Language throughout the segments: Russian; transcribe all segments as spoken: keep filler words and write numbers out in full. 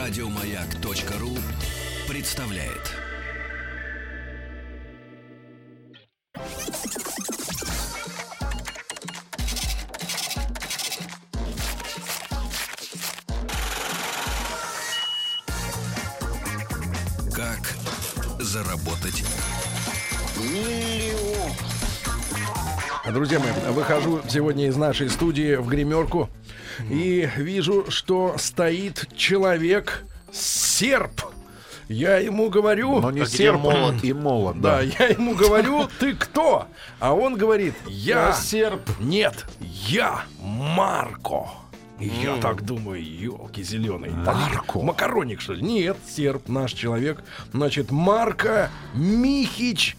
Радиомаяк.ру представляет. Как заработать миллион? Друзья мои, выхожу сегодня из нашей студии в гримерку и вижу, что стоит человек серп. Я ему говорю... Но не а серп, молот и молот, да. да. Да, я ему говорю, ты кто? А он говорит, я... Я серп. Нет, я Марко. И я так думаю, елки зеленый. Марко? Макароник, что ли? Нет, серп, наш человек. Значит, Марко Михич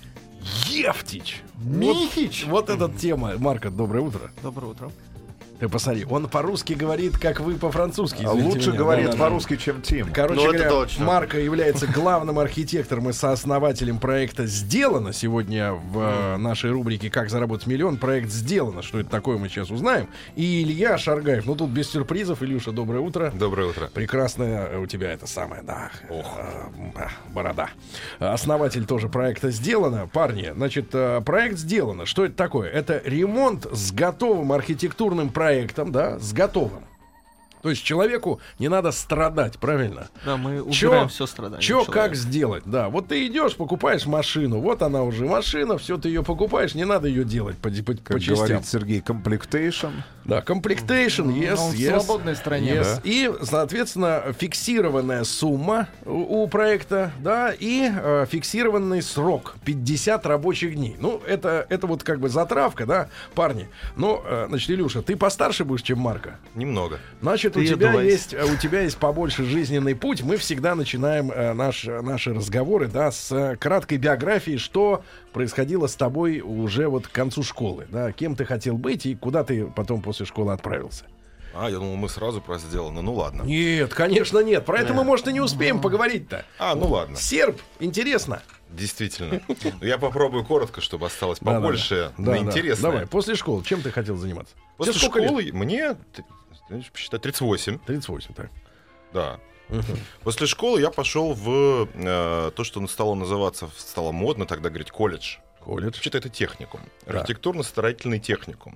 Евтич. Михич? Вот, вот эта тема. Марко, доброе утро. Доброе утро. Ты посмотри, он по-русски говорит, как вы по-французски. А извините лучше меня. говорит Да, да, да. по-русски, чем Тим. Короче Ну, это говоря, точно. Марко является главным архитектором и сооснователем проекта «Сделано». Сегодня в э, нашей рубрике «Как заработать миллион» проект «Сделано». Что это такое, мы сейчас узнаем. И Илья Шаргаев. Ну, тут без сюрпризов. Илюша, доброе утро. Доброе утро. Прекрасная у тебя это самое, да, Ох. Э, борода. Основатель тоже проекта «Сделано». Парни, значит, э, проект «Сделано». Что это такое? Это ремонт с готовым архитектурным проектом, да, с готовым. То есть человеку не надо страдать, правильно? Да, мы Чё- убираем все страдания. Чё, человека. как сделать? Да, вот ты идешь, покупаешь машину, вот она уже машина, все ты ее покупаешь, не надо ее делать по, по, Как по частям. говорит Сергей, комплектейшн. Да, комплектейшн, yes, Ну, в yes, свободной стране, yes. да. И, соответственно, фиксированная сумма у, у проекта, да, и э, фиксированный срок пятьдесят рабочих дней. Ну, это, это вот как бы затравка, да, парни. Ну, э, значит, Илюша, ты постарше будешь, чем Марко. Немного. Значит, у Ты тебя, одувайся. есть, у тебя есть побольше жизненный путь. Мы всегда начинаем э, наш, наши разговоры, да, с э, краткой биографии, что происходило с тобой уже вот к концу школы, да, кем ты хотел быть и куда ты потом после школы отправился. А, я думал, мы сразу про сделано. Ну ладно. Нет, конечно, нет. Про это мы, может, и не успеем поговорить-то. А, ну ладно. Серб, интересно. Действительно. Но я попробую коротко, чтобы осталось Да, да, побольше да. Да, на да. интересное. Давай, после школы, чем ты хотел заниматься? После Тебе сколько лет? школы мне, т- знаешь, посчитай, тридцать восемь. тридцать восемь, так. Да. После школы я пошел в э, то, что стало называться, стало модно тогда говорить, колледж. Колледж. Вообще-то это техникум. Да. Архитектурно-строительный техникум.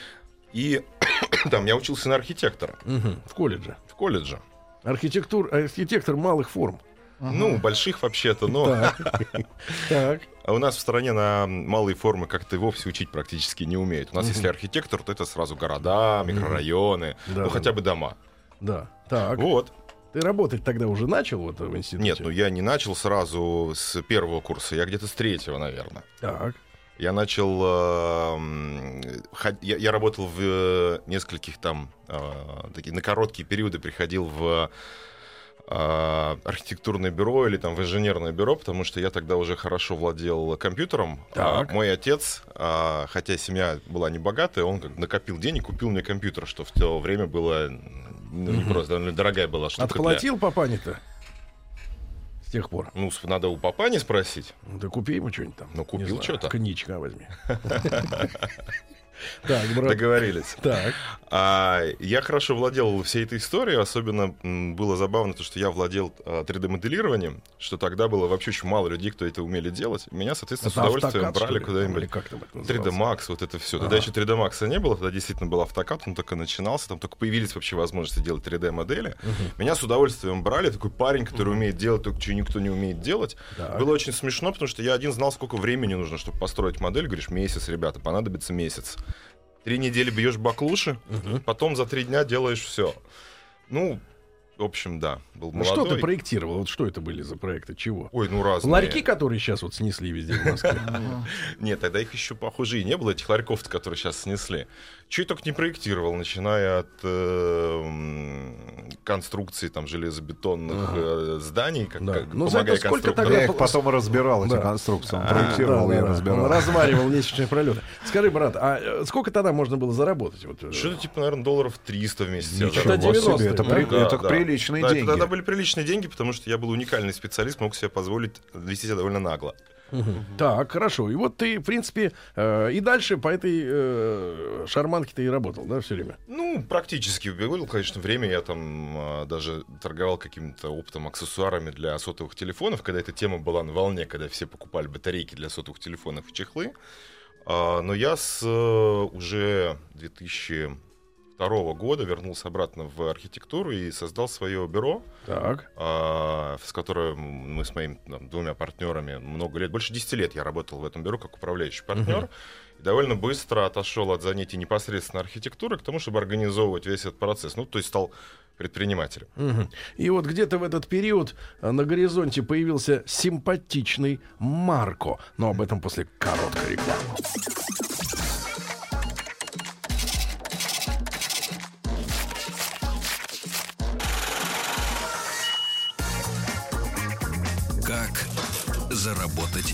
И там я учился на архитектора Мгм, в колледже. в колледже. Архитектур, архитектор малых форм. Ну, больших вообще-то, но... Так. Так. А у нас в стране на малые формы как-то и вовсе учить практически не умеют. У нас, если архитектор, то это сразу города, микрорайоны, Да, ну да, хотя да. бы дома. Да. Так. Вот. Ты работать тогда уже начал вот в институте? Нет, ну я не начал сразу с первого курса, я где-то с третьего, наверное. Так. Я начал... э, м, ход- я, я работал в э, нескольких там... э, такие, на короткие периоды приходил в э, архитектурное бюро или там в инженерное бюро, потому что я тогда уже хорошо владел компьютером. А Так. мой отец, а, хотя семья была не богатая, он как накопил денег, купил мне компьютер, что в то время было ну, не просто, довольно дорогая была штука. для- Отплатил папане-то с тех пор? Ну, с- надо у папани спросить. Ну, да купи ему что-нибудь там. Ну, купил Не знаю, что-то. Коньячка возьми. Так, брат. Договорились. Так. А, я хорошо владел всей этой историей, особенно м, было забавно то, что я владел а, три дэ-моделированием, что тогда было вообще очень мало людей, кто это умели делать. Меня, соответственно, с Это удовольствием автокад, брали что ли? куда-нибудь. Или как там это три дэ называлось? Max, вот это все. Ага. Тогда еще три дэ Max не было, тогда действительно был автокад, он только начинался, там только появились вообще возможности делать три дэ-модели. Меня с удовольствием брали, такой парень, который умеет делать то, что никто не умеет делать. Так. Было очень смешно, потому что я один знал, сколько времени нужно, чтобы построить модель. Говоришь, месяц, ребята, понадобится месяц. Три недели бьешь баклуши, потом за три дня делаешь все. Ну, в общем, да, был Ну, что молодой. ты проектировал? Вот что это были за проекты? Чего? Ой, ну разные. Ларьки, которые сейчас вот снесли везде в Москве. Нет, тогда их еще, похоже, и не было, этих ларьков, которые сейчас снесли. Чего я только не проектировал, начиная от э, м, конструкции там, железобетонных э, зданий, как, Да. как Ну, за помогая это сколько конструктору. тогда Я их потом разбирал, эти Да. конструкции. Он А, проектировал, да, я да, да. разбирал. Он разваривал лестничные пролеты. Скажи, брат, а э, сколько тогда можно было заработать? Вот, э, Что-то типа, наверное, долларов триста в месяц. я Ничего заработал. себе. девяностые, это, да? при- Да, это да. приличные Да, это деньги. тогда были приличные деньги, потому что я был уникальный специалист, мог себе позволить вести себя довольно нагло. Угу. Так, хорошо. И вот ты, в принципе, э, и дальше по этой э, шарманке ты и работал, да, все время? Ну, практически. Было, конечно, время. Я там а, даже торговал каким-то оптом, аксессуарами для сотовых телефонов, когда эта тема была на волне, когда все покупали батарейки для сотовых телефонов и чехлы. А, но я с а, уже две тысячи второго года вернулся обратно в архитектуру и создал свое бюро, так. а, с которым мы с моими там, двумя партнерами много лет, больше десяти лет я работал в этом бюро как управляющий партнер. Uh-huh. И довольно быстро отошел от занятий непосредственно архитектуры к тому, чтобы организовывать весь этот процесс. Ну, то есть стал предпринимателем. Uh-huh. И вот где-то в этот период на горизонте появился симпатичный Марко. Но об этом после короткой рекламы. Как заработать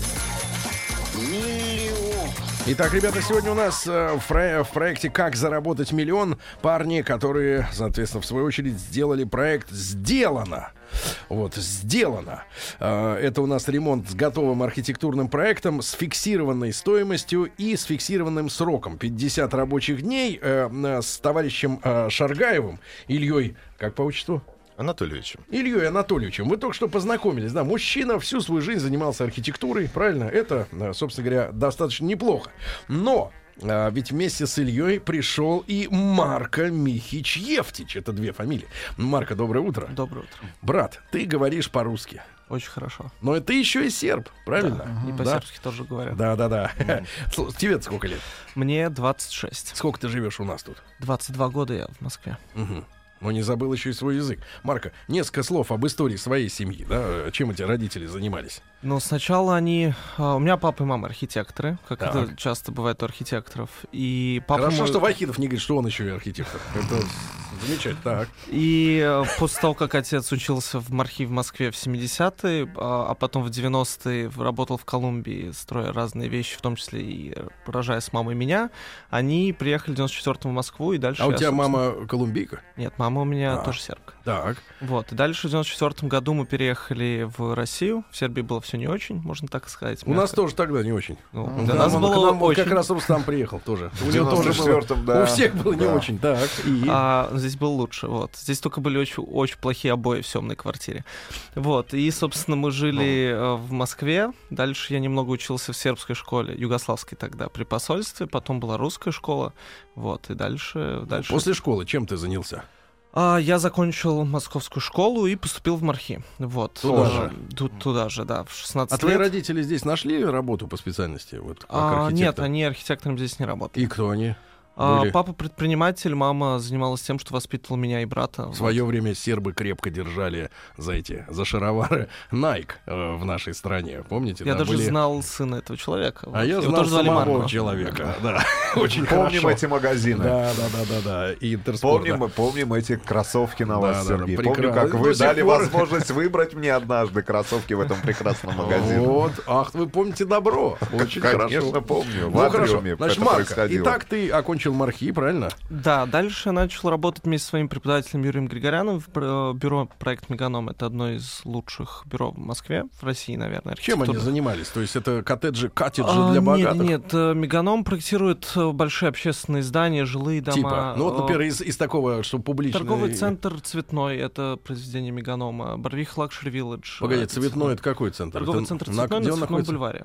миллион? Итак, ребята, сегодня у нас э, в, про- в проекте «Как заработать миллион» парни, которые, соответственно, в свою очередь сделали проект «Сделано». Вот, «Сделано». Э, это у нас ремонт с готовым архитектурным проектом, с фиксированной стоимостью и с фиксированным сроком. пятьдесят рабочих дней э, э, с товарищем э, Шаргаевым, Ильей, как по отчеству? Анатольевичем. Ильей Анатольевичем. Вы только что познакомились, да? Мужчина всю свою жизнь занимался архитектурой, правильно? Это, собственно говоря, достаточно неплохо. Но а, ведь вместе с Ильей пришел и Марко Михич Евтич. Это две фамилии. Марко, доброе утро. Доброе утро. Брат, ты говоришь по-русски. Очень хорошо. Но это еще и серб, правильно? Да, и по-сербски тоже говорят. Да, да, да. Тебе сколько лет? Мне двадцать шесть. Сколько ты живешь у нас тут? двадцать два года я в Москве. Угу. Но не забыл еще и свой язык. Марко, несколько слов об истории своей семьи. Да? Чем эти родители занимались? Ну, сначала они... А, у меня папа и мама архитекторы, как Так. это часто бывает у архитекторов. И папа Хорошо, мой- что Вахидов не говорит, что он еще и архитектор. Это замечательно. Так. И э, после того, как отец учился в МАРХИ в Москве в семидесятые, а, а потом в девяностые работал в Колумбии, строя разные вещи, в том числе и рожая с мамой меня, они приехали в девяносто четвёртом в Москву, и дальше... А у я, тебя собственно- мама колумбийка? Нет, мама у меня А. тоже сербка. Так. Вот, и дальше в девяносто четвёртом году мы переехали в Россию. В Сербии было все не очень, можно так сказать. У нас тоже тогда не очень. Ну, Да, для нас он- было к нам вот очень. как раз Рустам приехал тоже. У В него тоже девяносто было- четвёртом, да. У всех было не Да. очень. Так. И... А здесь было лучше, вот. Здесь только были очень, очень плохие обои в съемной квартире. Вот, и, собственно, мы жили э, в Москве. Дальше я немного учился в сербской школе, югославской тогда, при посольстве. Потом была русская школа. Вот, и дальше... дальше... После школы чем ты занялся? А, я закончил московскую школу и поступил в МАРХИ. Вот. Туда А, же? Тут, туда же, да, в шестнадцать А твои лет. родители здесь нашли работу по специальности? Вот, как А, архитектор? нет, они архитектором здесь не работали. И кто они? А, были? папа предприниматель, мама занималась тем, что воспитывала меня и брата. В свое время сербы крепко держали за эти, за шаровары Nike э, в нашей стране. Помните? Я да, даже были- знал сына этого человека. А Вот. я Его знал тоже звали самого Марко. человека. Да, очень Помним хорошо. эти магазины. Да, да, да, да, да. И Интерспорт. Помним, да. помним эти кроссовки на вас, Да, да, Сергей. да, Помню, прекрасно. как До вы сих дали пор. возможность выбрать мне однажды кроссовки в этом прекрасном магазине. Вот, ах, вы помните добро. Очень Конечно, хорошо. помню. В Ну хорошо. Атриуме Значит, это Марко, происходило. итак, ты окончил МАРХИ, правильно? Да, дальше я начал работать вместе со своим преподавателем Юрием Григоряном в бр- бюро «Проект Меганом». Это одно из лучших бюро в Москве, в России, наверное. Чем они архитектурных. занимались? То есть это коттеджи, коттеджи А, для нет, богатых? нет, э, Меганом проектирует э, большие общественные здания, жилые дома. Типа, ну вот, э, например, из, из такого, что публичный... Торговый центр «Цветной» — это произведение Меганома. Барвих Лакшери Вилледж. Погоди, это «Цветной» — это какой центр? Торговый Это центр на- «Цветной» где на он Цветном находится? бульваре.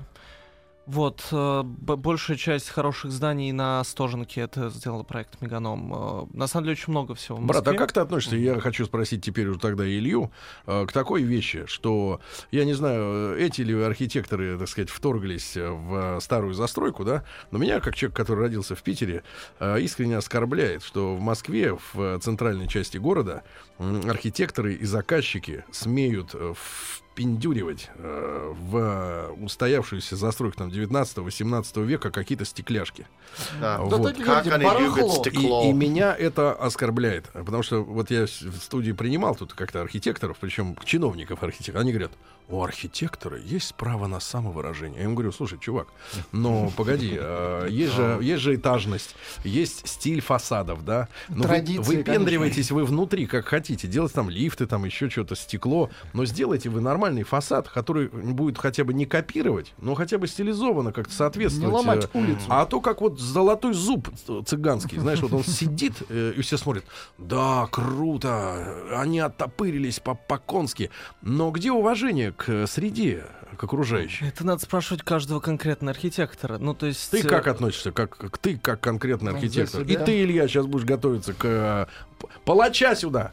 Вот, э, б- большая часть хороших зданий на Стоженке — это сделал проект Меганом. Э, на самом деле очень много всего в Брат, Москве. а как ты относишься, я хочу спросить теперь уже тогда Илью, э, к такой вещи, что, я не знаю, эти ли архитекторы, так сказать, вторглись в старую застройку, да, но меня, как человек, который родился в Питере, э, искренне оскорбляет, что в Москве, в центральной части города, м, архитекторы и заказчики смеют э, впендюривать э, в устоявшуюся застройку там девятнадцатого-восемнадцатого века какие-то стекляшки. Да. Вот. Да ты Как люди, они любят барахло. стекло. И, и меня это оскорбляет, потому что вот я с- в студии принимал тут как-то архитекторов, причем чиновников архитекторов, они говорят, у архитектора есть право на самовыражение. Я им говорю, слушай, чувак, ну погоди, э, есть же, есть же этажность, есть стиль фасадов, да, но вы, Традиции, выпендриваетесь вы внутри как хотите, делать там лифты, там еще что-то, стекло, но сделайте вы нормально, нормальный фасад, который будет хотя бы не копировать, но хотя бы стилизованно как-то соответствовать. Не ломать э, улицу. А то, как вот золотой зуб цыганский, знаешь, вот он сидит, э, и все смотрят, да, круто, они оттопырились по-конски, но где уважение к среде, к окружающей? Это надо спрашивать каждого конкретного архитектора. Ну, то есть... Ты э, как относишься, как, как ты, как конкретный Ну, архитектор? за себя. И ты, Илья, сейчас будешь готовиться к э, п- палача сюда.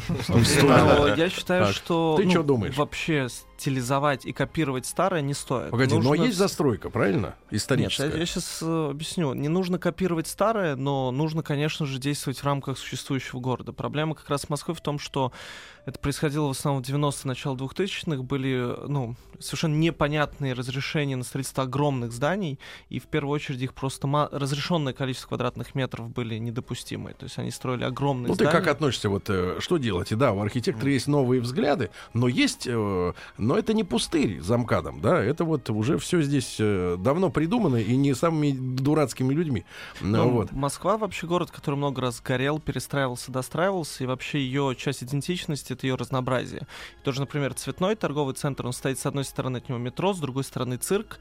Но я считаю, Так, что ты ну, чё думаешь? вообще стилизовать и копировать старое не стоит. Погоди, но Нужно есть вс- застройка, правильно? Нет, Историческая. я, сейчас объясню. Не нужно копировать старое, но нужно, конечно же, действовать в рамках существующего города. Проблема как раз Москвы в том, что это происходило в основном в девяностые, начало двухтысячных, были ну, совершенно непонятные разрешения на строительство огромных зданий, и в первую очередь их просто ма- разрешенное количество квадратных метров были недопустимы. То есть они строили огромные Ну, ты здания. как относишься, вот, э, что делать? И да, у архитектора есть новые взгляды, но есть, э, но это не пустырь за МКАДом, да, это вот уже все здесь э, давно придумано и не самыми дурацкими людьми. Ну, Ну, вот. Москва вообще город, который много раз горел, перестраивался, достраивался, и вообще ее часть идентичности — это ее разнообразие. Тоже, например, цветной торговый центр, он стоит с одной стороны от него метро, с другой стороны цирк,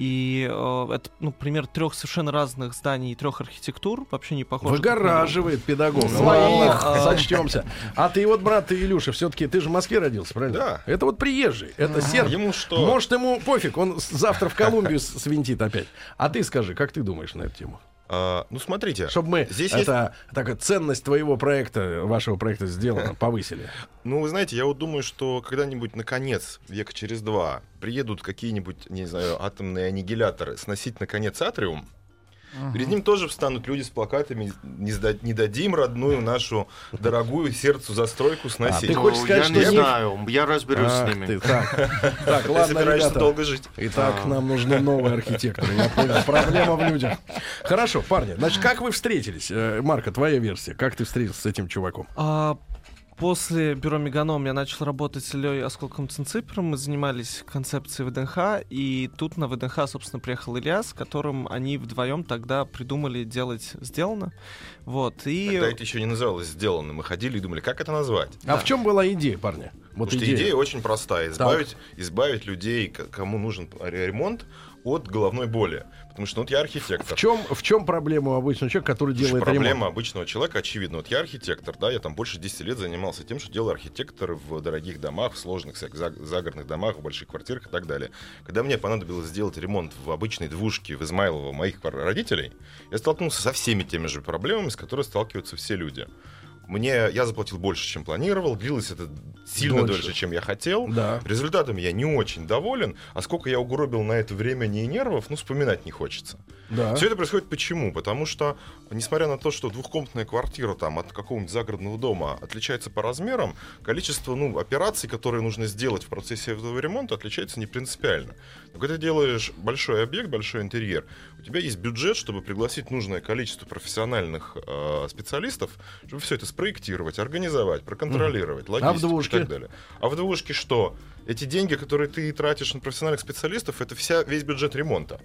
и э, это, ну, пример трех совершенно разных зданий и трех архитектур, вообще не похожих. друг на друга. Выгораживает педагога. Своих. Ладно, сочтемся. А ты вот, брат, ты, Илюша, все-таки ты же в Москве родился, правильно? Да. Это вот приезжий, это серб. Ему что? Может, ему пофиг, он с- завтра в Колумбию с- свинтит опять. А ты скажи, как ты думаешь на эту тему? А, ну, смотрите. Чтобы мы Здесь есть- это, такая ценность твоего проекта, вашего проекта сделана, повысили. Ну, вы знаете, я вот думаю, что когда-нибудь, наконец, века через два, приедут какие-нибудь, не знаю, атомные аннигиляторы сносить, наконец, атриум. Перед ним тоже встанут люди с плакатами «Не, сда- не дадим родную нашу дорогую сердцу застройку сносить». ты хочешь сказать, я что не не- знаю, я разберусь с Ах ними. ты, так, так, Ты ладно, собираешься ребята. долго жить. Итак, нам нужны новые архитекторы. Я понял, проблема в людях. Хорошо, парни, значит, как вы встретились? Э, Марко, твоя версия. Как ты встретился с этим чуваком? А, После бюро Меганом я начал работать с Ильей Осколком Цинципером, мы занимались концепцией ВДНХ, и тут на ВДНХ, собственно, приехал Илья, с которым они вдвоем тогда придумали делать «Сделано». Вот, и... Тогда это еще не называлось «Сделано». Мы ходили и думали, как это назвать. А в чем была идея, парни? Вот Потому что идея очень простая. Избавить, избавить людей, к- кому нужен ремонт, от головной боли. Потому что ну, вот я архитектор. В чем, в чем проблема у обычного человека, который Слушай, делает проблема ремонт? обычного человека очевидна. Вот я архитектор, да, я там больше десяти лет занимался тем, что делал архитектор в дорогих домах, в сложных всяких заг- загородных домах, в больших квартирах и так далее. Когда мне понадобилось сделать ремонт в обычной двушке в Измайлово моих пар- родителей, я столкнулся со всеми теми же проблемами, с которыми сталкиваются все люди. Мне, я заплатил больше, чем планировал, длилось это сильно Дольше. дольше, чем я хотел. Да. Результатом я не очень доволен, а сколько я угробил на это времени и нервов, ну, вспоминать не хочется. Да. Все это происходит почему? Потому что, несмотря на то, что двухкомнатная квартира там, от какого-нибудь загородного дома отличается по размерам, количество ну, операций, которые нужно сделать в процессе этого ремонта, отличается не принципиально. Но когда ты делаешь большой объект, большой интерьер, у тебя есть бюджет, чтобы пригласить нужное количество профессиональных э, специалистов, чтобы все это спроектировать, организовать, проконтролировать, логистику двушке? и так далее. А в двушке что? Эти деньги, которые ты тратишь на профессиональных специалистов, это вся, весь бюджет ремонта.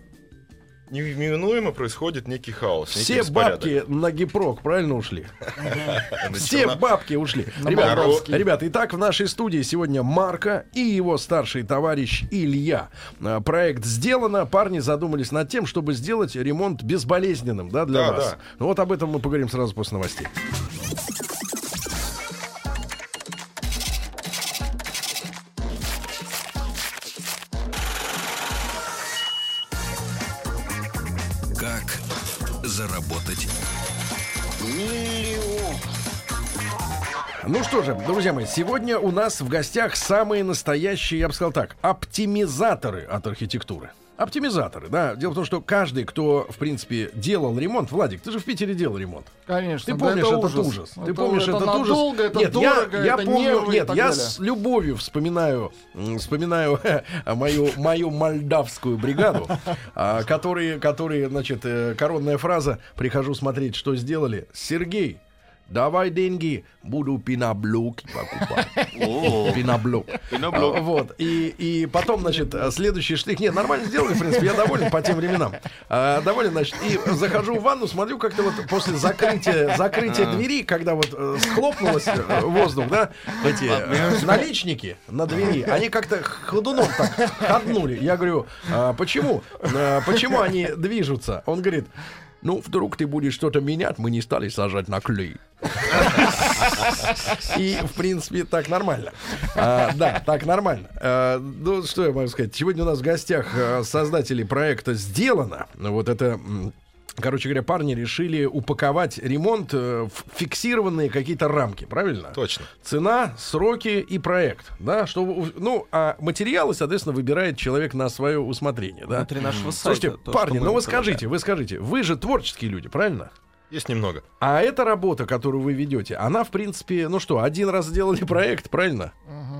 Неминуемо происходит некий хаос, некий Все беспорядок. бабки на гипрок, правильно ушли? На Все черно- бабки ушли. На Ребята, Мордовский. ребята, итак, в нашей студии сегодня Марко и его старший товарищ Илья. А, Проект сделано. Парни задумались над тем, чтобы сделать ремонт безболезненным, да, для Да, вас. да. Ну вот об этом мы поговорим сразу после новостей. Как заработать Ну что же, друзья мои, сегодня у нас в гостях самые настоящие, я бы сказал так, оптимизаторы от архитектуры. Оптимизаторы, да. Дело в том, что каждый, кто, в принципе, делал ремонт... Владик, ты же в Питере делал ремонт. Конечно. Ты да, помнишь это этот ужас? ужас. Ты Это- помнишь это этот надолго, ужас? это Нет, дорого, я, я это помню, нервы и нет, так я далее. с любовью вспоминаю, м, вспоминаю мою, мою молдавскую бригаду, а, которые, которые, значит, э, коронная фраза: прихожу смотреть, что сделали. Сергей, давай деньги, буду пеноблоки покупать. Пеноблок. А, вот. И, и потом, значит, следующий штрих. Нет, нормально сделали, в принципе, я доволен по тем временам. А, доволен, значит, и захожу в ванну, смотрю, как-то вот после закрытия, закрытия двери, когда вот э, схлопнулось э, воздух, да, эти э, наличники на двери, они как-то ходуном так ходнули. Я говорю, а, почему? А, почему они движутся? Он говорит, ну, вдруг ты будешь что-то менять, мы не стали сажать на клей. И, в принципе, так нормально. А, да, так нормально. А, ну, что я могу сказать? Сегодня у нас в гостях создатели проекта «Сделано». Вот это... Короче говоря, парни решили упаковать ремонт в фиксированные какие-то рамки, правильно? Точно. Цена, сроки и проект, да, что, ну, а материалы, соответственно, выбирает человек на свое усмотрение, да. Внутри нашего сайта. Слушайте, то, парни, ну вы предлагаем. скажите, вы скажите, вы же творческие люди, правильно? Есть немного. А эта работа, которую вы ведете, она, в принципе, ну что, один раз сделали проект, правильно?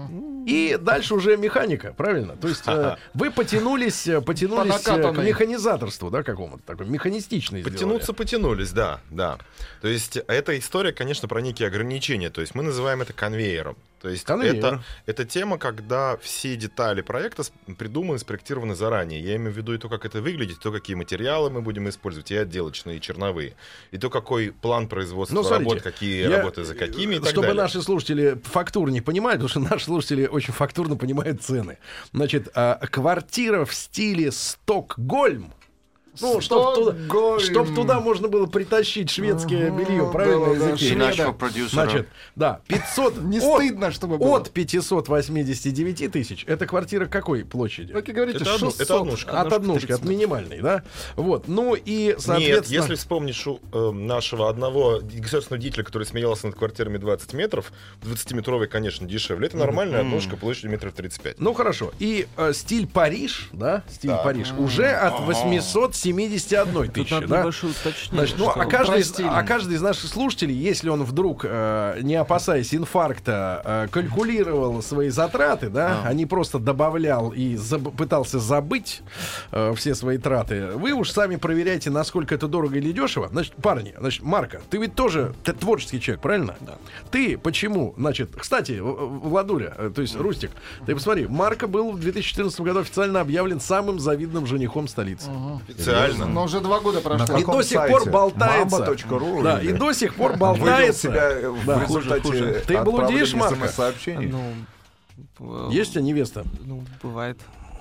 И дальше уже механика, правильно? То есть э, вы потянулись, потянулись э, к механизаторству, да, какому-то такой механистичной. Потянуться сделали. потянулись, да, да. То есть эта история, конечно, про некие ограничения. То есть мы называем это конвейером. То есть это, это тема, когда все детали проекта придуманы, спроектированы заранее. Я имею в виду и то, как это выглядит, и то, какие материалы мы будем использовать, и отделочные, и черновые, и то, какой план производства ну, смотрите, работ, какие я, работы за какими и так чтобы далее. наши слушатели фактур не понимали, потому что наши слушатели очень фактурно понимают цены. Значит, а, квартира в стиле Стокгольм. Ну, чтобы туда, чтоб туда можно было притащить шведское uh-huh, белье, правильно, да, языке? да, Значит, да, пятьсот... Не от, стыдно, чтобы было. От пятьсот восемьдесят девять тысяч. Это квартира какой площади? Как и говорите, это, шестьсот. это однушка. От однушки, от минимальной, да? Вот, ну и, соответственно... Нет, если вспомнишь у э, нашего одного государственного деятеля, который смеялся над квартирами двадцать метров, двадцатиметровой, конечно, дешевле. Это нормальная mm-hmm. однушка площадью метров тридцать пять. Ну, хорошо. И э, стиль Париж, да? Стиль да. Париж mm-hmm. уже от восемьсот семьдесят одной тысячи, да? Значит, ну, а каждый, из, а каждый из наших слушателей, если он вдруг, э, не опасаясь инфаркта, э, калькулировал свои затраты, да, а не просто добавлял и заб- пытался забыть э, все свои траты, вы уж сами проверяйте, насколько это дорого или дешево. Значит, парни, значит, Марко, ты ведь тоже ты творческий человек, правильно? Да. Ты почему, значит, кстати, Владуля, э, то есть Рустик, ты посмотри, Марко был в две тысячи четырнадцатом году официально объявлен самым завидным женихом столицы. Угу. Официально. Но уже два года прошло. И до сих сайте? пор болтается. мама точка ру. Да, и до сих пор болтается. Себя в Да. результате Хуже, хуже. Ты блудишь, Марко? смс-сообщений. Ну, Есть у тебя невеста? ну, бывает.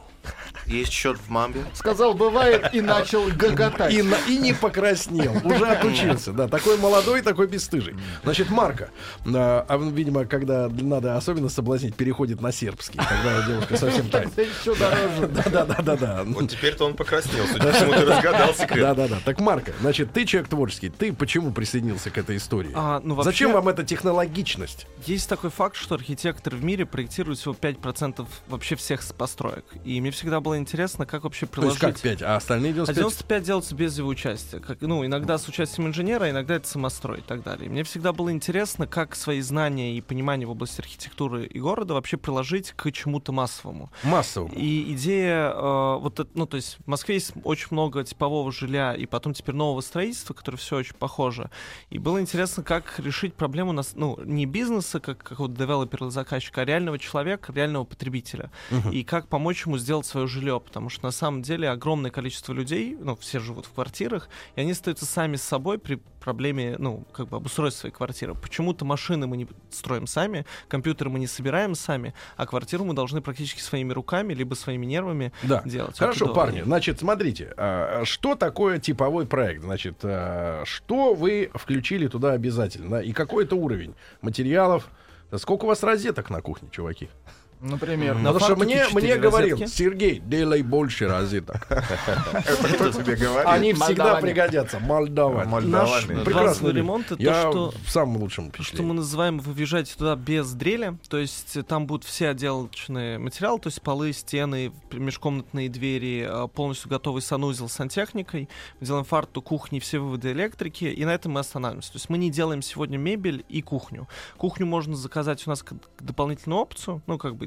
Есть счет в мамбе. Сказал, бывает, и начал гоготать. И, на- и не покраснел, уже отучился. Да, такой молодой, такой бесстыжий. Значит, Марко, а, а, видимо, когда надо особенно соблазнить, переходит на сербский. Тогда девушка совсем тает. Это еще дороже. Да-да-да-да-да. Вот теперь-то он покраснел, судя по всему, ты разгадал секрет. Да-да-да. Так, Марко, значит, ты человек творческий. Ты почему присоединился к этой истории? А, ну, вообще, Зачем вам эта технологичность? Есть такой факт, что архитекторы в мире проектируют всего пять процентов вообще всех построек. И мне всегда было интересно, как вообще То есть приложить... как пять, а остальные А девяносто пять? девяносто пять делается без его участия. Как, ну, иногда с участием инженера, иногда это самострой и так далее. И мне всегда было интересно, как свои знания и понимание в области архитектуры и города вообще приложить к чему-то массовому. Массовому. И идея, э, вот, это, ну, то есть в Москве есть очень много типового жилья и потом теперь нового строительства, которое все очень похоже. И было интересно, как решить проблему, нас, ну, не бизнеса, как какого-то девелопера или заказчика, а реального человека, реального потребителя. Uh-huh. И как помочь ему сделать свое жилье, потому что на самом деле огромное количество людей, ну, все живут в квартирах, и они остаются сами с собой при проблеме, ну, как бы обустройства своей квартиры. Почему-то машины мы не строим сами, компьютеры мы не собираем сами, а квартиру мы должны практически своими руками, либо своими нервами да. делать. Хорошо, это парни, значит, смотрите, а, что такое типовой проект? Значит, а, что вы включили туда обязательно? И какой это уровень материалов? Сколько у вас розеток на кухне, чуваки? Например. Потому что мне, мне говорил, Сергей, делай больше розеток. Это кто тебе говорит? Они всегда пригодятся. Молдаване. Наш Прекрасный базовый ремонт — это Я то, что... в самом лучшем То, что мы впечатлении. называем, вы въезжаете туда без дрели, то есть там будут все отделочные материалы, то есть полы, стены, межкомнатные двери, полностью готовый санузел с сантехникой, мы делаем фарту кухни, все выводы электрики, и на этом мы останавливаемся. То есть мы не делаем сегодня мебель и кухню. Кухню можно заказать у нас как дополнительную опцию, ну, как бы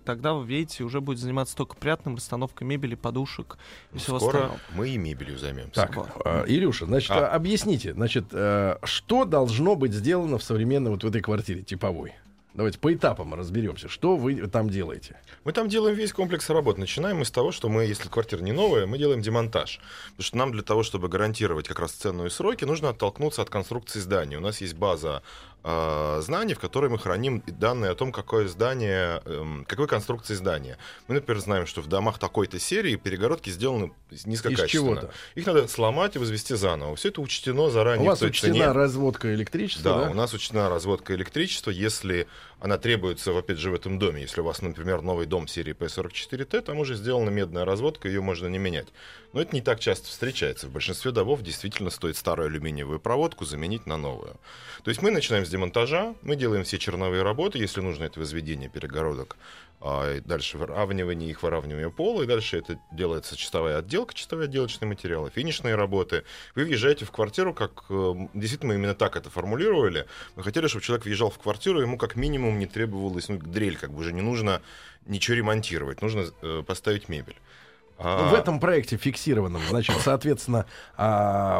тогда вы видите, уже будет заниматься только приятным, расстановкой мебели, подушек и всего Скоро остального. мы и мебелью займемся. Так, Вот. э, Илюша, значит, А. объясните, значит, э, что должно быть сделано в современной вот в этой квартире типовой? Давайте по этапам разберемся. Что вы там делаете? Мы там делаем весь комплекс работ. Начинаем мы с того, что мы, если квартира не новая, мы делаем демонтаж. Потому что нам для того, чтобы гарантировать как раз цену и сроки, нужно оттолкнуться от конструкции здания. У нас есть база э, знаний, в которой мы храним данные о том, какое здание, э, какой конструкции здания. Мы, например, знаем, что в домах такой-то серии перегородки сделаны низкокачественно. чего-то? Их надо сломать и возвести заново. Все это учтено заранее. У вас в той учтена цене. разводка электричества, Да, да? у нас учтена разводка электричества, если она требуется, опять же, в этом доме. Если у вас, например, новый дом серии пэ сорок четыре тэ, там уже сделана медная разводка, ее можно не менять. Но это не так часто встречается. В большинстве домов действительно стоит старую алюминиевую проводку заменить на новую. То есть мы начинаем с демонтажа, мы делаем все черновые работы, если нужно, это возведение перегородок, а дальше выравнивание их, выравнивание пола, и дальше это делается чистовая отделка, чистовые отделочные материалы, финишные работы. Вы въезжаете в квартиру, как действительно мы именно так это формулировали. Мы хотели, чтобы человек въезжал в квартиру, ему как минимум не требовалась ну, дрель, как бы уже не нужно ничего ремонтировать, нужно э, поставить мебель. А... В этом проекте фиксированном, значит, соответственно, а,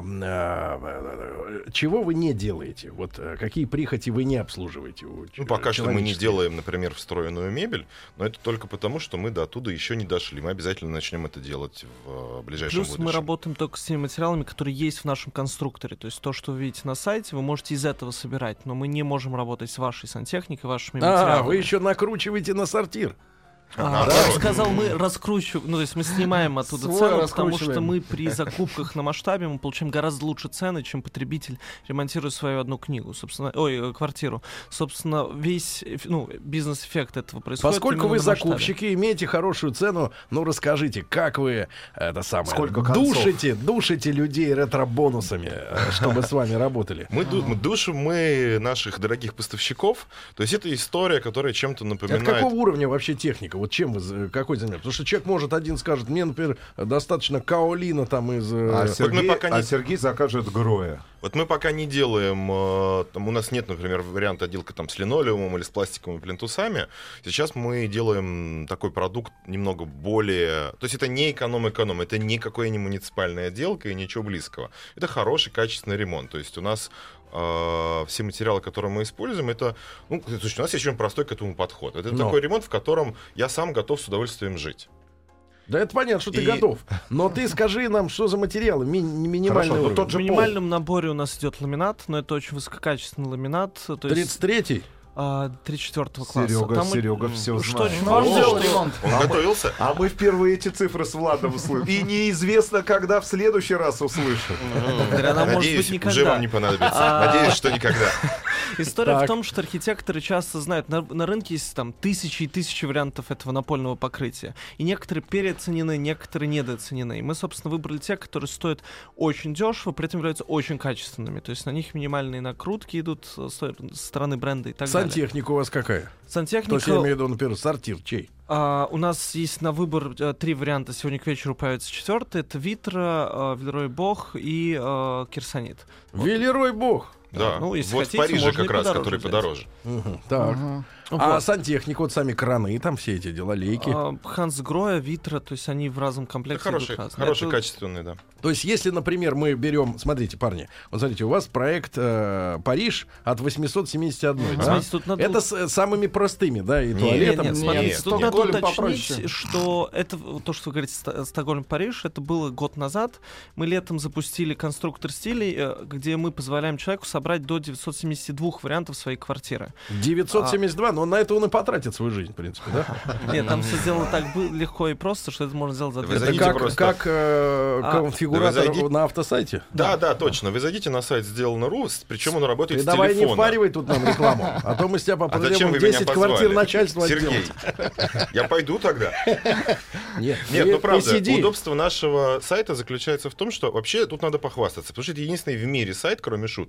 а, чего вы не делаете? Вот какие прихоти вы не обслуживаете? У Ну, пока что мы не человеческих? делаем, например, встроенную мебель, но это только потому, что мы до оттуда еще не дошли. Мы обязательно начнем это делать в ближайшем Плюс будущем. мы работаем только с теми материалами, которые есть в нашем конструкторе. То есть то, что вы видите на сайте, вы можете из этого собирать, но мы не можем работать с вашей сантехникой, вашими А, материалами. вы еще накручиваете на сортир. А, Да. я бы сказал, мы раскручиваем, ну то есть мы снимаем оттуда Свой цену, потому раскручиваем. что мы при закупках на масштабе мы получаем гораздо лучше цены, чем потребитель, ремонтируя свою одну книгу, собственно, ой, квартиру. Собственно, весь ну, бизнес-эффект этого происходит. Поскольку именно вы на масштабе. закупщики, имеете хорошую цену, ну расскажите, как вы это самое Сколько концов? душите, душите людей ретро-бонусами, э, чтобы с вами работали? Мы, ду- мы душим мы наших дорогих поставщиков. То есть это история, которая чем-то напоминает... От какого уровня вообще техника? Вот чем вы, за- какой занимаетесь? Потому что человек может один скажет, мне, например, достаточно каолина там из... э, А, мы Сергей, пока не- а Сергей закажет Гроя. Вот мы пока не делаем, э, там, у нас нет, например, варианта отделка там, с линолеумом или с пластиковыми плинтусами. Сейчас мы делаем такой продукт немного более... То есть это не эконом-эконом, это никакая не муниципальная отделка и ничего близкого. Это хороший, качественный ремонт. То есть у нас э, все материалы, которые мы используем, это... Ну, слушайте, у нас есть очень простой к этому подход. Это Но. такой ремонт, в котором я сам готов с удовольствием жить. Да это понятно, что ты И- готов. Но ты скажи нам, что за материалы, ми- минимальный Хорошо, но уровень. тот В же пол. минимальном наборе у нас идет ламинат, но это очень высококачественный ламинат. То есть тридцать третий? а, тридцать четвёртого класса. Серега, Там и- Серега м, все что знает. очень Он важно, делал что- ремонт. Он готовился? А мы впервые эти цифры с Владом услышим. И неизвестно, когда в следующий раз услышим. Она может Надеюсь, быть уже никогда. вам не понадобится. А. Надеюсь, что никогда. История Так. в том, что архитекторы часто знают, на, на рынке есть там тысячи и тысячи вариантов этого напольного покрытия. И некоторые переоценены, некоторые недооценены. И мы, собственно, выбрали те, которые стоят очень дешево, при этом являются очень качественными. То есть на них минимальные накрутки идут с со стороны бренда и так далее. Сантехника у вас какая? То Сантехника... есть я имею в виду, например, сортир чей? А, у нас есть на выбор э, три варианта. Сегодня к вечеру появится четвертый. Это Витра, э, Вильрой Бог и э, Кирсонит. Вот. Велерой бог. Да, Ну, если вот хотите, в Париже можно и как раз, подороже который взять. подороже. Мгм, так. Ага. А Вот. сантехника, вот сами краны, там все эти дела, лейки. А, Ханс Гроя, Витра, то есть они в разном Это комплекте хороший, идут разные. хороший, Это- качественный, да. То есть, если, например, мы берем, смотрите, парни, вот смотрите, у вас проект э, Париж от восемьсот семьдесят один, да? Смотрите, тут надо- Это с э, самыми простыми, да, и Нет, туалетом. Нет, и- смотрите, Нет, тут нет. надо Стокгольм уточнить, попроще. что это то, что вы говорите, Ста- Стокгольм-Париж, это было год назад. Мы летом запустили конструктор стилей, э, где мы позволяем человеку собрать до девятьсот семьдесят два вариантов своей квартиры. девятьсот семьдесят два, но на это он и потратит свою жизнь, в принципе, да? Нет, там все сделано так бы- легко и просто, что это можно сделать за Вы две Это зайдите как, просто- как э, А, конфигуратор да вы зайдите- на автосайте. Да, да, точно. Вы зайдите на сайт сделано.ру, с- причем он работает Ты с давай не телефона. впаривай тут нам рекламу, а то мы с тебя А зачем попробуем вы меня десять позвали? квартир начальства Сергей, отделать. я пойду тогда. Нет, Нет, ты- ну ты правда, сиди. удобство нашего сайта заключается в том, что вообще тут надо похвастаться, потому что это единственный в мире сайт, кроме шуток,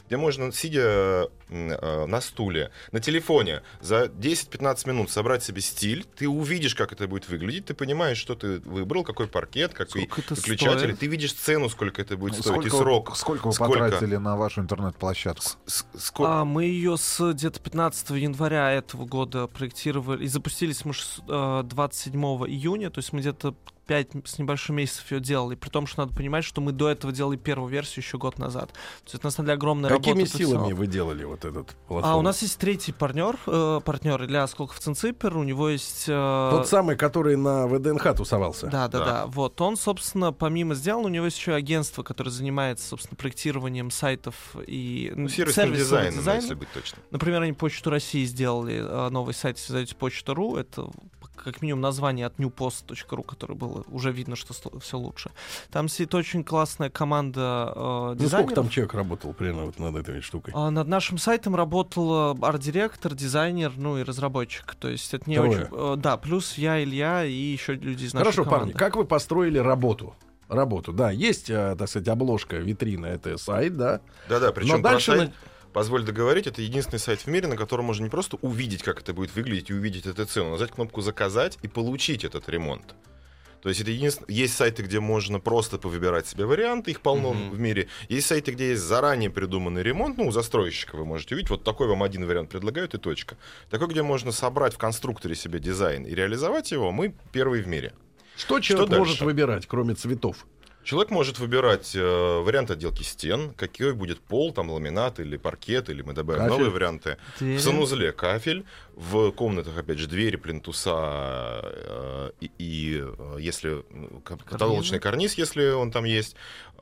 где можно, сидя э, на стуле, на телефоне, за десять-пятнадцать минут собрать себе стиль, ты увидишь, как это будет выглядеть, ты понимаешь, что ты выбрал, какой паркет, какой выключатель, стоит? ты видишь цену, сколько это будет стоить, Сколько, и срок. сколько вы Сколько? потратили на вашу интернет-площадку? С- сколько- А, мы ее с где-то пятнадцатого января этого года проектировали, и запустились мы с, э, двадцать седьмого июня, то есть мы где-то пять с небольшим месяцев ее делали, при том, что надо понимать, что мы до этого делали первую версию еще год назад. То есть это на самом деле огромная Какими работа. силами профессионалов. вы делали вот этот А платформу? у нас есть третий партнер, э, партнер Илья Осколков Цинципер, у него есть... э, Тот самый, который на ВДНХ тусовался. Да, да, Да. да. Вот он, собственно, помимо сделал, у него есть еще агентство, которое занимается, собственно, проектированием сайтов и Ну, м, сервисным сервисного дизайном, дизайна. если быть точным. Например, они Почту России сделали э, новый сайт, если зайдете почта точка ру, это как минимум название от newpost точка ру, которое было, уже видно, что все лучше. Там сидит очень классная команда э, Ну, дизайнеров. сколько там человек работал примерно вот над этой штукой? А, Над нашим сайтом работал э, арт-директор, дизайнер, ну и разработчик. То есть это не Трое. очень... э, да, плюс я, Илья и еще люди из нашей Хорошо, команды. парни, как вы построили работу? Работу, да, есть, э, так сказать, обложка, витрина, это сайт, да. Да-да, причем Но дальше про сайт, на- позволь договорить, это единственный сайт в мире, на котором можно не просто увидеть, как это будет выглядеть, и увидеть эту цену, но нажать кнопку «Заказать» и получить этот ремонт. То есть это единственно... Есть сайты, где можно просто повыбирать себе варианты, их полно Мгм. в мире. Есть сайты, где есть заранее придуманный ремонт, ну, у застройщика вы можете увидеть, вот такой вам один вариант предлагают и точка. Такой, где можно собрать в конструкторе себе дизайн и реализовать его, мы первые в мире. Что человек дальше? может выбирать, кроме цветов? Человек может выбирать э, вариант отделки стен, какой будет пол, там ламинат или паркет, или мы добавим Кафель. новые варианты. Двери. В санузле кафель, в комнатах, опять же, двери, плинтуса э, и, и, э, если ну, к- потолочный карниз, если он там есть,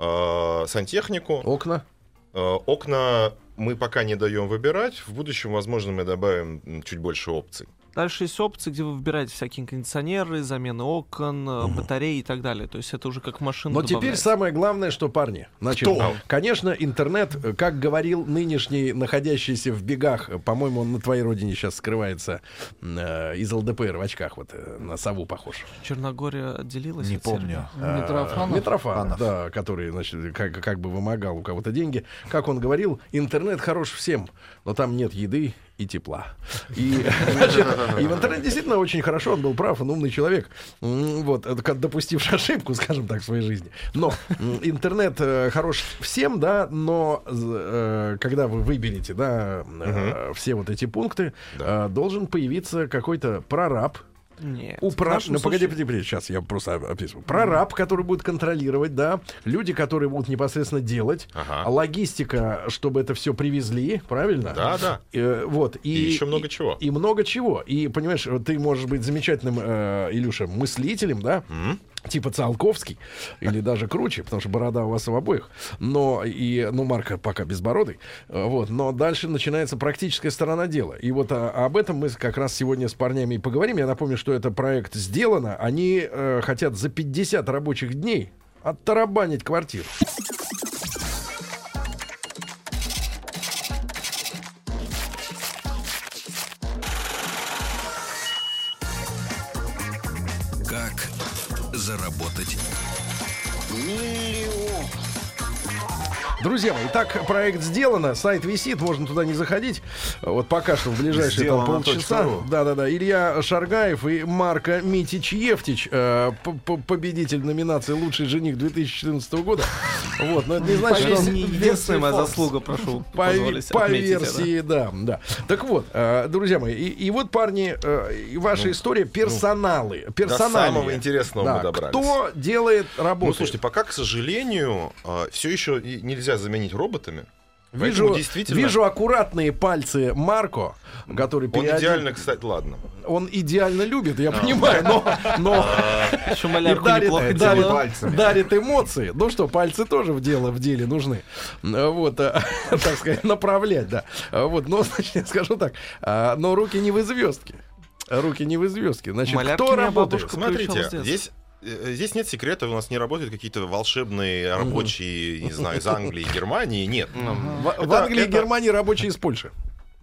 э, сантехнику. Окна? Э, окна мы пока не даем выбирать, в будущем, возможно, мы добавим м, чуть больше опций. Дальше есть опции, где вы выбираете всякие кондиционеры, замены окон, э, батареи и так далее. То есть это уже как машина Но теперь добавляется. самое главное, что, парни, значит, Что? конечно, интернет, э, как говорил нынешний, находящийся в бегах, э, по-моему, он на твоей родине сейчас скрывается э, из ЛДПР в очках, вот э, на сову похож. Черногория отделилась Не от Сербии? помню. Митрофанов? А, Митрофанов, Фанов. да, который, значит, как, как бы вымогал у кого-то деньги. Как он говорил, интернет хорош всем, но там нет еды и тепла. И, значит, и в интернете действительно очень хорошо, он был прав, он умный человек, М, вот, это как допустивший ошибку, скажем так, в своей жизни. Но м, интернет э, хорош всем, да, но э, когда вы выберете, да, э, все вот эти пункты, э, должен появиться какой-то прораб. Нет. У В про... нашем Ну, погоди, случае- погоди, погоди, сейчас я просто описываю. Прораб, который будет контролировать, да, люди, которые будут непосредственно делать, Ага. а логистика, чтобы это все привезли, правильно? Да, да. Э, вот. И, И еще много чего. И, много чего. И, понимаешь, вот ты можешь быть замечательным, э, Илюша, мыслителем, да, М? типа Циолковский, или даже круче, потому что борода у вас в обоих. Но и, ну, Марка пока безбородый. Э, Вот. Но дальше начинается практическая сторона дела. И вот а, об этом мы как раз сегодня с парнями и поговорим. Я напомню, что это проект «Сделано». Они э, хотят за пятьдесят рабочих дней оттарабанить квартиру. Как заработать Друзья мои, так проект сделано, сайт висит, можно туда не заходить. Вот пока что в ближайшие там, Сделано полчаса. точка ру. Да-да-да. Илья Шаргаев и Марко Митич Евтич, э, п- п- победитель номинации «Лучший жених» две тысячи четырнадцатого года. Вот, но это не значит, что он Не единственная моя Forbes. заслуга, прошу По, позволить по отметить это. версии, да, да. Так вот, э, друзья мои, и, и вот, парни, э, и ваша история персоналы. Персонали. самого интересного мы добрались. Кто делает работу? Ну, слушайте, пока, к сожалению, все еще и нельзя заменить роботами. Вижу, Поэтому действительно, вижу аккуратные пальцы Марко, который он переодет- идеально, кстати, ладно. Он идеально любит, я понимаю, но, но Еще и малярку дарит, неплохо этими дарит- делала. пальцами. дарит эмоции. Ну что, пальцы тоже в дело, в деле нужны. Вот, а, так сказать, направлять, да. А Вот, но, значит, я скажу так, а, но руки не в звездке. Руки не в звездке. Значит, Малярки кто меня работает? бабушка Смотрите, приучала с детства. здесь, э, здесь нет секрета, у нас не работают какие-то волшебные рабочие, не знаю, из Англии, Германии, нет. В, в Это- Англии и это- Германии рабочие из Польши.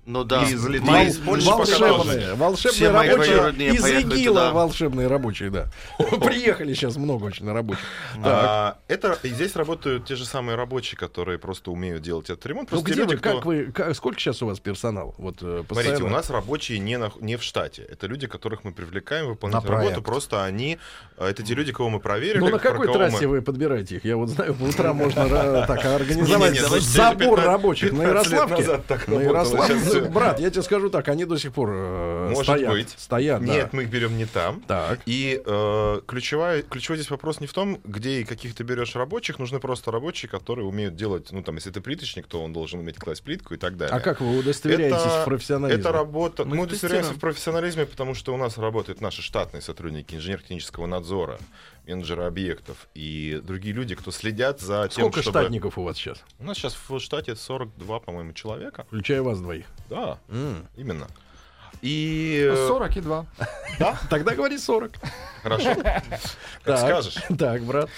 Ну да. Из Мы Литвы. из Польши волшебные, волшебные Все мои рабочие. двоюродные Из поехали ИГИЛа туда. волшебные рабочие, да. Приехали сейчас много очень рабочих. Так. А, это, и здесь работают те же самые рабочие, которые просто умеют делать этот ремонт. Ну Просто те где люди, вы, кто... как вы, как- сколько сейчас у вас персонал? Вот, э, Смотрите, постоянно? у нас рабочие не, на- не в штате. Это люди, которых мы привлекаем выполнять На работу. проект. Просто они... э, Это те люди, кого мы проверили. Ну на про какой кого трассе мы- вы подбираете их? Я вот знаю, по утрам можно ра- так организовать Не-не-не, давайте забор пятнадцать рабочих на пятнадцать лет Ярославке. назад так На работало, Ярославке. сейчас Ну, всё. брат, я тебе скажу так, они до сих пор э, Может стоят. быть. Стоят, да. Нет, мы их берем не там. Так. И э, ключевая, ключевой здесь вопрос не в том, где и каких ты берешь рабочих, нужны просто рабочие, которые умеют делать, ну там, если ты плиточник, то он должен уметь класть плитку и так далее. А как вы удостоверяетесь Это- в профессионализме? Это работа. Мы Мы их удостоверяемся тестируем. в профессионализме, потому что у нас работают наши штатные сотрудники, инженер-технического надзора, менеджеры объектов и другие люди, кто следят за тем, Сколько чтобы... штатников у вас сейчас? У нас сейчас в штате сорок два, по-моему, человека. Включая вас двоих. Да, М. именно. И... э, сорок два. Тогда говори сорок. Хорошо. Как Так. скажешь. Так, брат.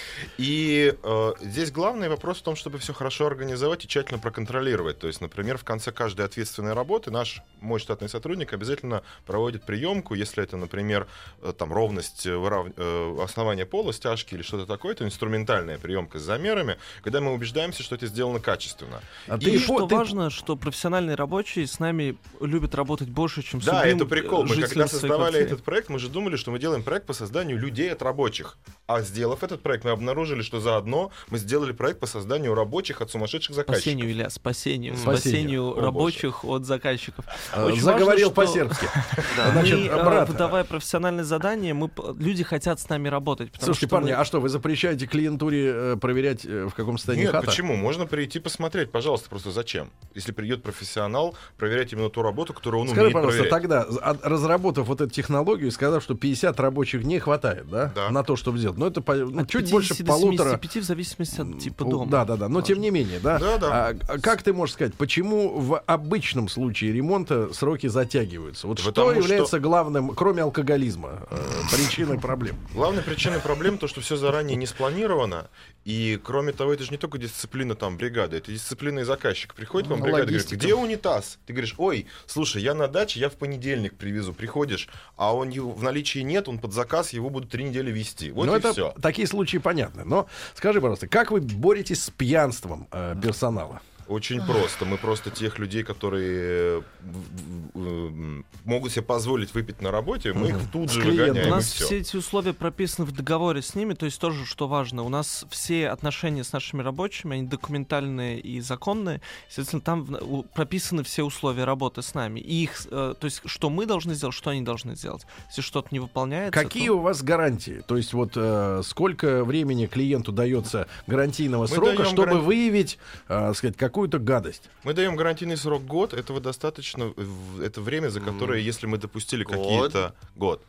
И э, здесь главный вопрос в том, чтобы все хорошо организовать и тщательно проконтролировать. То есть, например, в конце каждой ответственной работы наш мой штатный сотрудник обязательно проводит приемку, если это, например, э, там ровность э, вырав- э, основания пола, стяжки или что-то такое, то инструментальная приемка с замерами, когда мы убеждаемся, что это сделано качественно. А И ты что по- ты- важно, что профессиональные рабочие с нами любят работать больше, чем Да, субъем- это прикол. Мы жители когда в своей создавали квартире. этот проект, мы же думали, что мы делаем проект по созданию людей от рабочих. А сделав этот проект, мы обнаружили, что заодно мы сделали проект по созданию рабочих от сумасшедших заказчиков. Спасению, Илья, спасению, Спасению. спасению О, рабочих от заказчиков. э, Очень заговорил важно, что по-сербски. мы, Значит, э, брат, выдавая профессиональное задание, мы, п- люди хотят с нами работать. потому слушайте, что парни, мы- а что, вы запрещаете клиентуре э, проверять, э, в каком состоянии Нет, хата? почему? Можно прийти посмотреть, пожалуйста, просто зачем? Если придет профессионал, проверять именно ту работу, которую он Скажи, умеет пожалуйста, проверять. тогда, от- разработав вот эту технологию, сказав, что пятьдесят рабочих дней хватает, да, Да. на то, чтобы сделать. Ну, это по- ну, от чуть пятидесяти больше до полутора. семидесяти пяти в зависимости от типа Пол- дома. Да, да, да. Но тем не менее, да. Да, да. А, а как ты можешь сказать, почему в обычном случае ремонта сроки затягиваются? Вот Потому что что- является главным, кроме алкоголизма, э, причиной проблем? Главная причина проблем то, что все заранее не спланировано. И кроме того, это же не только дисциплина там бригады, это дисциплина и заказчик. Приходит к вам Ну, бригада и говорит, логистика. где унитаз? Ты говоришь, ой, слушай, я на даче, я в понедельник привезу. Приходишь, а он его в наличии нет, он под заказ, его будут три недели вести. Вот Ну, и это все. такие случаи понятны. Но скажи, пожалуйста, как вы боретесь с пьянством э, персонала? Очень просто. Мы просто тех людей, которые э, в- в- э, могут себе позволить выпить на работе, мы их тут С же клиентом. У выгоняем. нас и всё. все эти условия прописаны в договоре с ними, то есть тоже, что важно, у нас все отношения с нашими рабочими, они документальные и законные, естественно, там в- у- прописаны все условия работы с нами, и их, э, то есть, что мы должны сделать, что они должны сделать. Если что-то не выполняется, Какие то- у вас гарантии? То есть вот э, сколько времени клиенту дается гарантийного Мы срока, даем чтобы гаран- выявить, э, сказать, какую-то гадость? Мы даем гарантийный срок год. Этого достаточно. в- Это время, за которое, если мы допустили Год? какие-то... Год.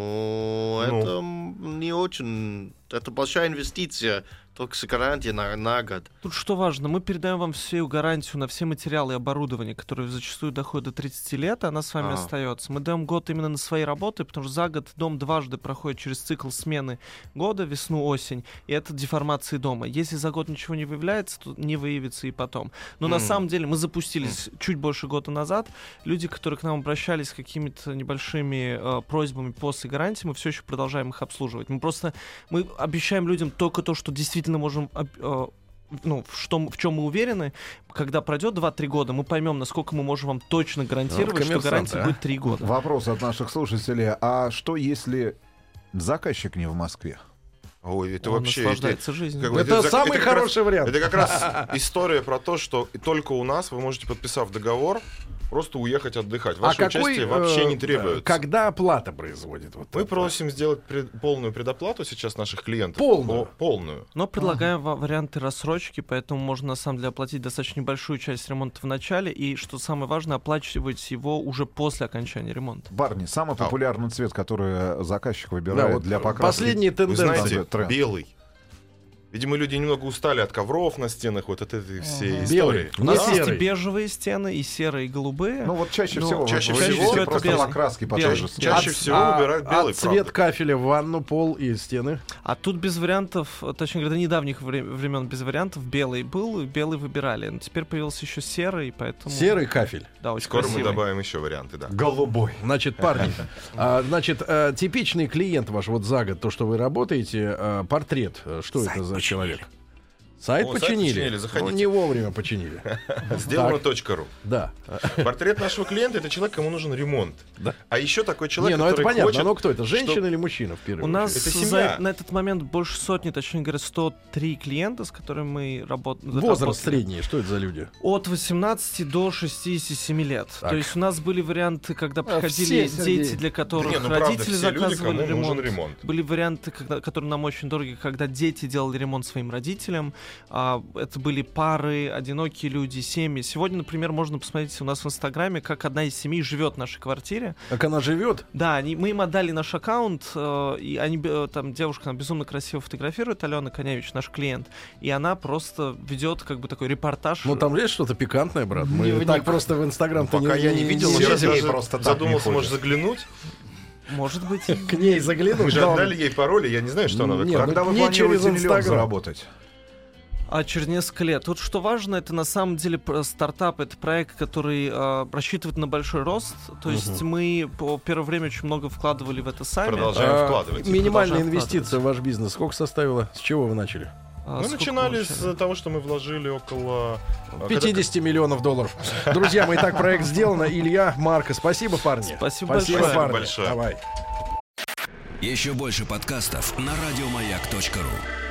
Ну, Ну. это м, не очень... Это большая инвестиция, только с гарантией на, на год. Тут что важно, мы передаем вам всю гарантию на все материалы и оборудование, которые зачастую доходят до тридцати лет, и она с вами А. остается. Мы даем год именно на свои работы, потому что за год дом дважды проходит через цикл смены года, весну, осень, и это деформации дома. Если за год ничего не выявляется, то не выявится и потом. Но на М. самом деле мы запустились чуть больше года назад. Люди, которые к нам обращались с какими-то небольшими э, просьбами после гарантии, мы все еще продолжаем их обслуживать. Мы просто мы обещаем людям только то, что действительно можем об- э, ну, в, что, м- в чем мы уверены. Когда пройдет два-три года, мы поймем, насколько мы можем вам точно гарантировать, Вот что коммерсанты, гарантия а? будет три года. Вопрос от наших слушателей. А что, если заказчик не в Москве? Ой, это Он вообще... это- наслаждается жизнью. как бы Это за- самый как раз- хороший вариант. Это как раз история про то, что только у нас вы можете, подписав договор, просто уехать отдыхать. Ваше участие вообще не э, требуется. Когда оплата производит? Вот Мы это? просим сделать пред- полную предоплату сейчас наших клиентов. Полную? О, полную. Но предлагаем ва- варианты рассрочки, поэтому можно на самом деле оплатить достаточно небольшую часть ремонта в начале, и, что самое важное, оплачивать его уже после окончания ремонта. Барни, самый А. популярный цвет, который заказчик Да, выбирает вот для покраски. последние Вы тенденции. знаете, тренд. белый. Видимо, люди немного устали от ковров на стенах, вот от этой всей истории. Белый. У нас Не есть и серый. бежевые стены, и серые, и голубые. Ну вот чаще Ну, всего чаще вы- вы всего видите это просто белый. покраски по Белый. той же Чаще Чаще А- всего а- выбирают белый, а цвет правда. кафеля в ванну, пол и стены? А тут без вариантов, точнее говоря, до недавних вре- времен без вариантов. Белый был, и белый выбирали. Но теперь появился еще серый, поэтому... Серый кафель. Да, очень Скоро мы красивый. добавим еще варианты, да. Голубой. Значит, парни, а, значит, а, типичный клиент ваш вот за год, то, что вы работаете, а, портрет, а, что это за человек? Сайт О, сайт починили. починили, заходите. Ну, не вовремя починили. Сделано точка ру. Да. Портрет нашего клиента — это человек, кому нужен ремонт. Да. А еще такой Не, человек, ну это который понятно. хочет... Но кто это? Женщина чтоб- или мужчина в первую У нас Это за- семья. на этот момент больше сотни, точнее говоря, сто три клиента, с которыми мы работаем. Возраст средний, что это за люди? От восемнадцати до шестидесяти семи лет. Так. То есть у нас были варианты, когда А, приходили все, Сергей. дети, для которых Не, ну правда, родители все люди, заказывали кому нужен ремонт. ремонт. Были варианты, когда, которые нам очень дороги, когда дети делали ремонт своим родителям. А, это были пары, одинокие люди, семьи. Сегодня, например, можно посмотреть у нас в Инстаграме, как одна из семей живет в нашей квартире. Как она живет? Да, они, мы им отдали наш аккаунт, э, и они, э, там девушка она безумно красиво фотографирует, Алена Коневич, наш клиент, и она просто ведет как бы такой репортаж. Ну там есть что-то пикантное, брат. Мы Дневник. так просто в Инстаграм-то Пока я не видел, не я лезем, даже просто так задумался, не может, ходит. заглянуть. Может быть, к ней заглянуть. Мы же да, он- отдали ей пароли, я не знаю, что она Нет, выкладывает. Когда вы не планируете через миллион Инстаграм. заработать? а через несколько лет. Тут что важно, это на самом деле про- стартап, это проект, который э, рассчитывает на большой рост. То есть мы по первое время очень много вкладывали в это сами. Продолжаем А, вкладывать. Минимальная Продолжаем инвестиция в ваш бизнес сколько составила? С чего вы начали? А Мы сколько начинали получали? с того, что мы вложили около... а, пятьдесят миллионов долларов. Друзья мои, так проект сделано. Илья, Марко, спасибо, парни. Спасибо Спасибо, большое. парни. Большое. Давай. Еще больше подкастов на радиомаяк точка ру.